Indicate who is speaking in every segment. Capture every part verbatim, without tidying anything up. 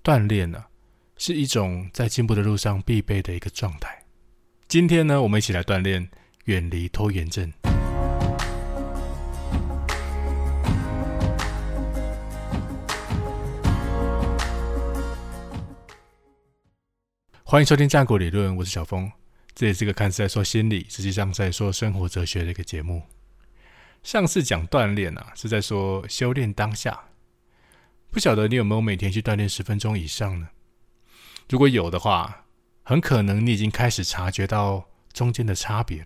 Speaker 1: 锻炼啊，是一种在进步的路上必备的一个状态。今天呢，我们一起来锻炼，远离拖延症。欢迎收听战果理论，我是小峰。这也是个看似在说心理，实际上在说生活哲学的一个节目。上次讲锻炼啊，是在说修炼当下。不晓得你有没有每天去锻炼十分钟以上呢？如果有的话，很可能你已经开始察觉到中间的差别了。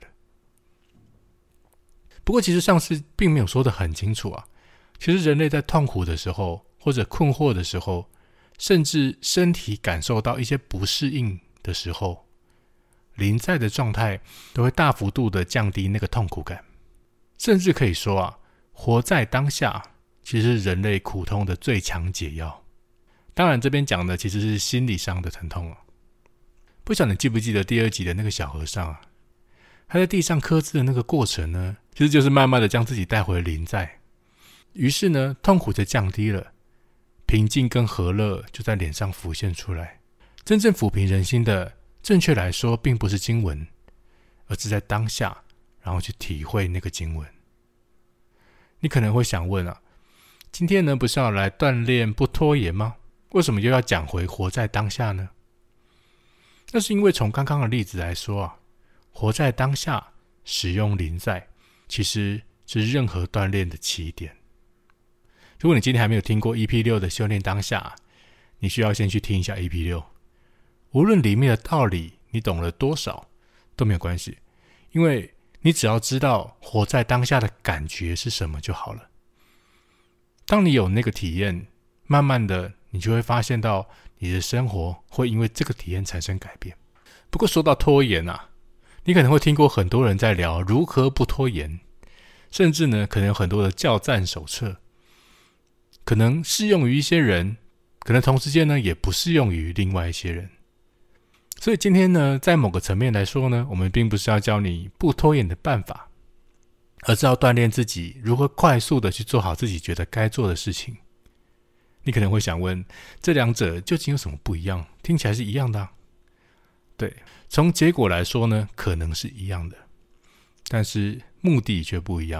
Speaker 1: 不过其实上次并没有说得很清楚啊。其实人类在痛苦的时候，或者困惑的时候，甚至身体感受到一些不适应的时候，临在的状态都会大幅度的降低那个痛苦感。甚至可以说啊，活在当下其实是人类苦痛的最强解药。当然这边讲的其实是心理上的疼痛啊。不晓得你记不记得第二集的那个小和尚啊，他在地上刻字的那个过程呢，其实就是慢慢的将自己带回临在。于是呢，痛苦就降低了，平静跟和乐就在脸上浮现出来。真正抚平人心的，正确来说并不是经文，而是在当下然后去体会那个经文。你可能会想问啊，今天呢不是要来锻炼不拖延吗？为什么又要讲回活在当下呢？那是因为从刚刚的例子来说啊，活在当下，使用临在，其实是任何锻炼的起点。如果你今天还没有听过 E P 六 的修炼当下，你需要先去听一下 E P 六。无论里面的道理你懂了多少都没有关系，因为你只要知道活在当下的感觉是什么就好了。当你有那个体验，慢慢的你就会发现到你的生活会因为这个体验产生改变。不过说到拖延啊，你可能会听过很多人在聊如何不拖延，甚至呢可能有很多的教战手册，可能适用于一些人，可能同时间呢也不适用于另外一些人。所以今天呢，在某个层面来说呢，我们并不是要教你不拖延的办法，而是要锻炼自己如何快速的去做好自己觉得该做的事情。你可能会想问，这两者究竟有什么不一样？听起来是一样的啊。对，从结果来说呢，可能是一样的，但是目的却不一样。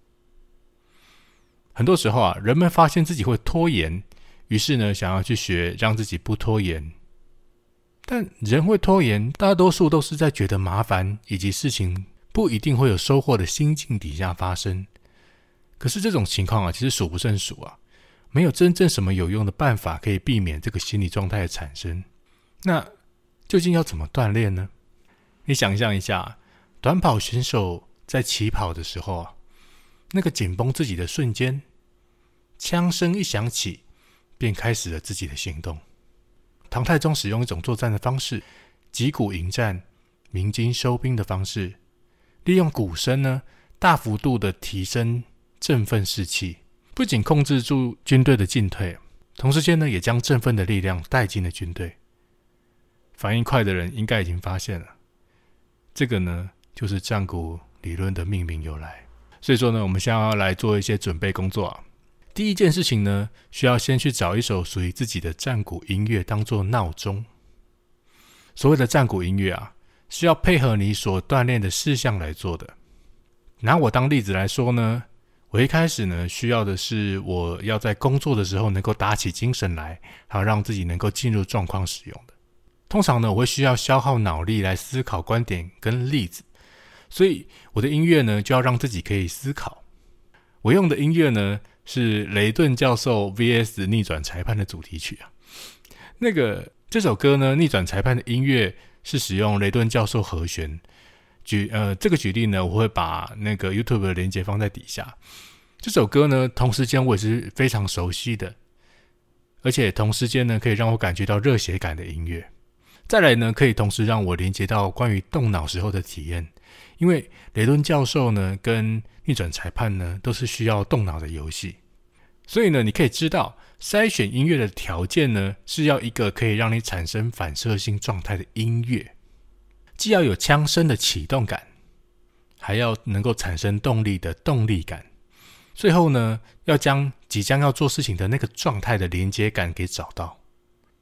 Speaker 1: 很多时候啊，人们发现自己会拖延，于是呢，想要去学让自己不拖延。但人会拖延，大多数都是在觉得麻烦以及事情不一定会有收获的心境底下发生。可是这种情况啊，其实数不胜数啊，没有真正什么有用的办法可以避免这个心理状态的产生。那究竟要怎么锻炼呢？你想象一下，短跑选手在起跑的时候啊，那个紧绷自己的瞬间，枪声一响起，便开始了自己的行动。唐太宗使用一种作战的方式，击鼓迎战、鸣金收兵的方式，利用鼓声呢，大幅度的提升振奋士气，不仅控制住军队的进退，同时间呢，也将振奋的力量带进了军队。反应快的人应该已经发现了，这个呢，就是战鼓理论的命名由来。所以说呢，我们现在要来做一些准备工作啊。第一件事情呢，需要先去找一首属于自己的战鼓音乐当作闹钟。所谓的战鼓音乐啊，是要配合你所锻炼的事项来做的。拿我当例子来说呢，我一开始呢，需要的是我要在工作的时候能够打起精神来，还有让自己能够进入状况使用的。通常呢，我会需要消耗脑力来思考观点跟例子，所以我的音乐呢，就要让自己可以思考。我用的音乐呢，是雷顿教授 V S 逆转裁判的主题曲啊。那个这首歌呢，逆转裁判的音乐是使用雷顿教授和弦。举呃这个举例呢，我会把那个 YouTube 的连结放在底下。这首歌呢，同时间我也是非常熟悉的，而且同时间呢，可以让我感觉到热血感的音乐。再来呢，可以同时让我连接到关于动脑时候的体验，因为雷顿教授呢跟逆转裁判呢都是需要动脑的游戏，所以呢，你可以知道筛选音乐的条件呢是要一个可以让你产生反射性状态的音乐，既要有枪声的启动感，还要能够产生动力的动力感，最后呢，要将即将要做事情的那个状态的连接感给找到。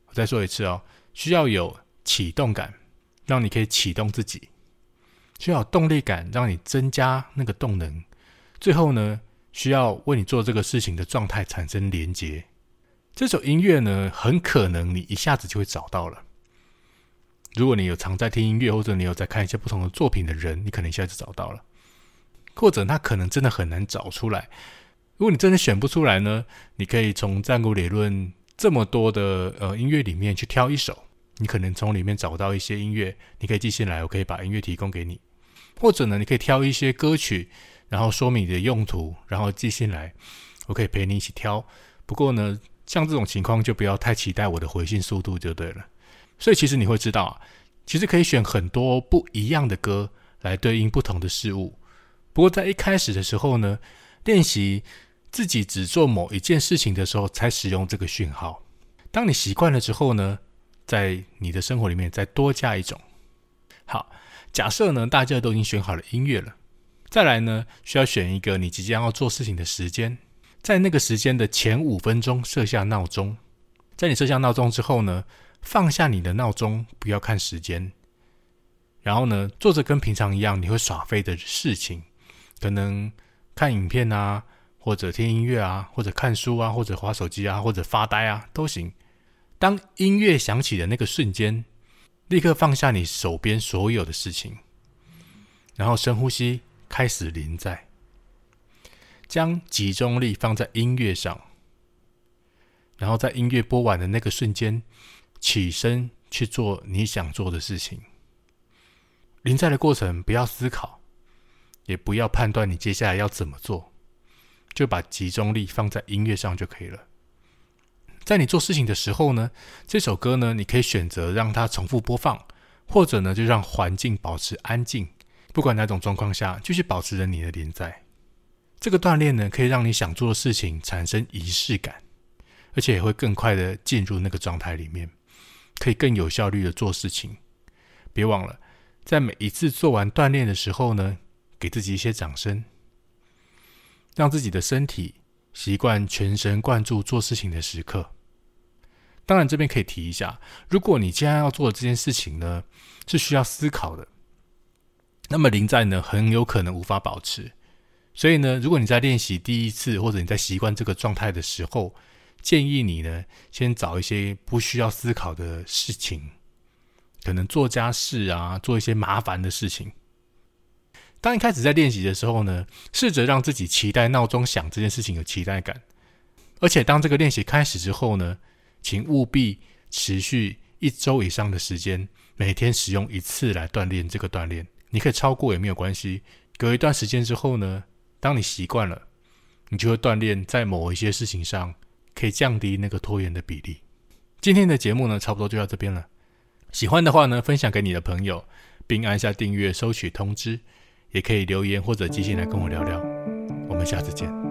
Speaker 1: 我再说一次哦，需要有启动感，让你可以启动自己；需要有动力感，让你增加那个动能；最后呢，需要为你做这个事情的状态产生连结。这首音乐呢，很可能你一下子就会找到了。如果你有常在听音乐，或者你有在看一些不同的作品的人，你可能一下就找到了。或者它可能真的很难找出来。如果你真的选不出来呢，你可以从战鼓理论这么多的呃音乐里面去挑一首，你可能从里面找到一些音乐，你可以记下来，我可以把音乐提供给你。或者呢，你可以挑一些歌曲，然后说明你的用途，然后记下来，我可以陪你一起挑。不过呢，像这种情况就不要太期待我的回信速度就对了。所以其实你会知道啊，其实可以选很多不一样的歌来对应不同的事物。不过在一开始的时候呢，练习自己只做某一件事情的时候才使用这个讯号。当你习惯了之后呢，在你的生活里面再多加一种。好，假设呢大家都已经选好了音乐了，再来呢需要选一个你即将要做事情的时间，在那个时间的前五分钟设下闹钟。在你设下闹钟之后呢，放下你的闹钟，不要看时间，然后呢做着跟平常一样你会耍废的事情，可能看影片啊，或者听音乐啊，或者看书啊，或者滑手机啊，或者发呆啊，都行。当音乐响起的那个瞬间，立刻放下你手边所有的事情，然后深呼吸，开始临在，将集中力放在音乐上，然后在音乐播完的那个瞬间，起身去做你想做的事情。临在的过程不要思考，也不要判断你接下来要怎么做，就把集中力放在音乐上就可以了。在你做事情的时候呢，这首歌呢，你可以选择让它重复播放，或者呢就让环境保持安静。不管哪种状况下，继续保持着你的临在。这个锻炼呢，可以让你想做的事情产生仪式感，而且也会更快的进入那个状态里面，可以更有效率的做事情。别忘了，在每一次做完锻炼的时候呢，给自己一些掌声，让自己的身体习惯全神贯注做事情的时刻。当然这边可以提一下，如果你现在要做的这件事情呢，是需要思考的，那么临在呢，很有可能无法保持。所以呢，如果你在练习第一次，或者你在习惯这个状态的时候，建议你呢，先找一些不需要思考的事情，可能做家事啊，做一些麻烦的事情。当一开始在练习的时候呢，试着让自己期待闹钟响这件事情有期待感。而且当这个练习开始之后呢，请务必持续一周以上的时间，每天使用一次来锻炼这个锻炼。你可以超过也没有关系。隔一段时间之后呢，当你习惯了，你就会锻炼在某一些事情上可以降低那个拖延的比例。今天的节目呢，差不多就到这边了。喜欢的话呢，分享给你的朋友，并按下订阅收取通知，也可以留言或者寄信来跟我聊聊。我们下次见。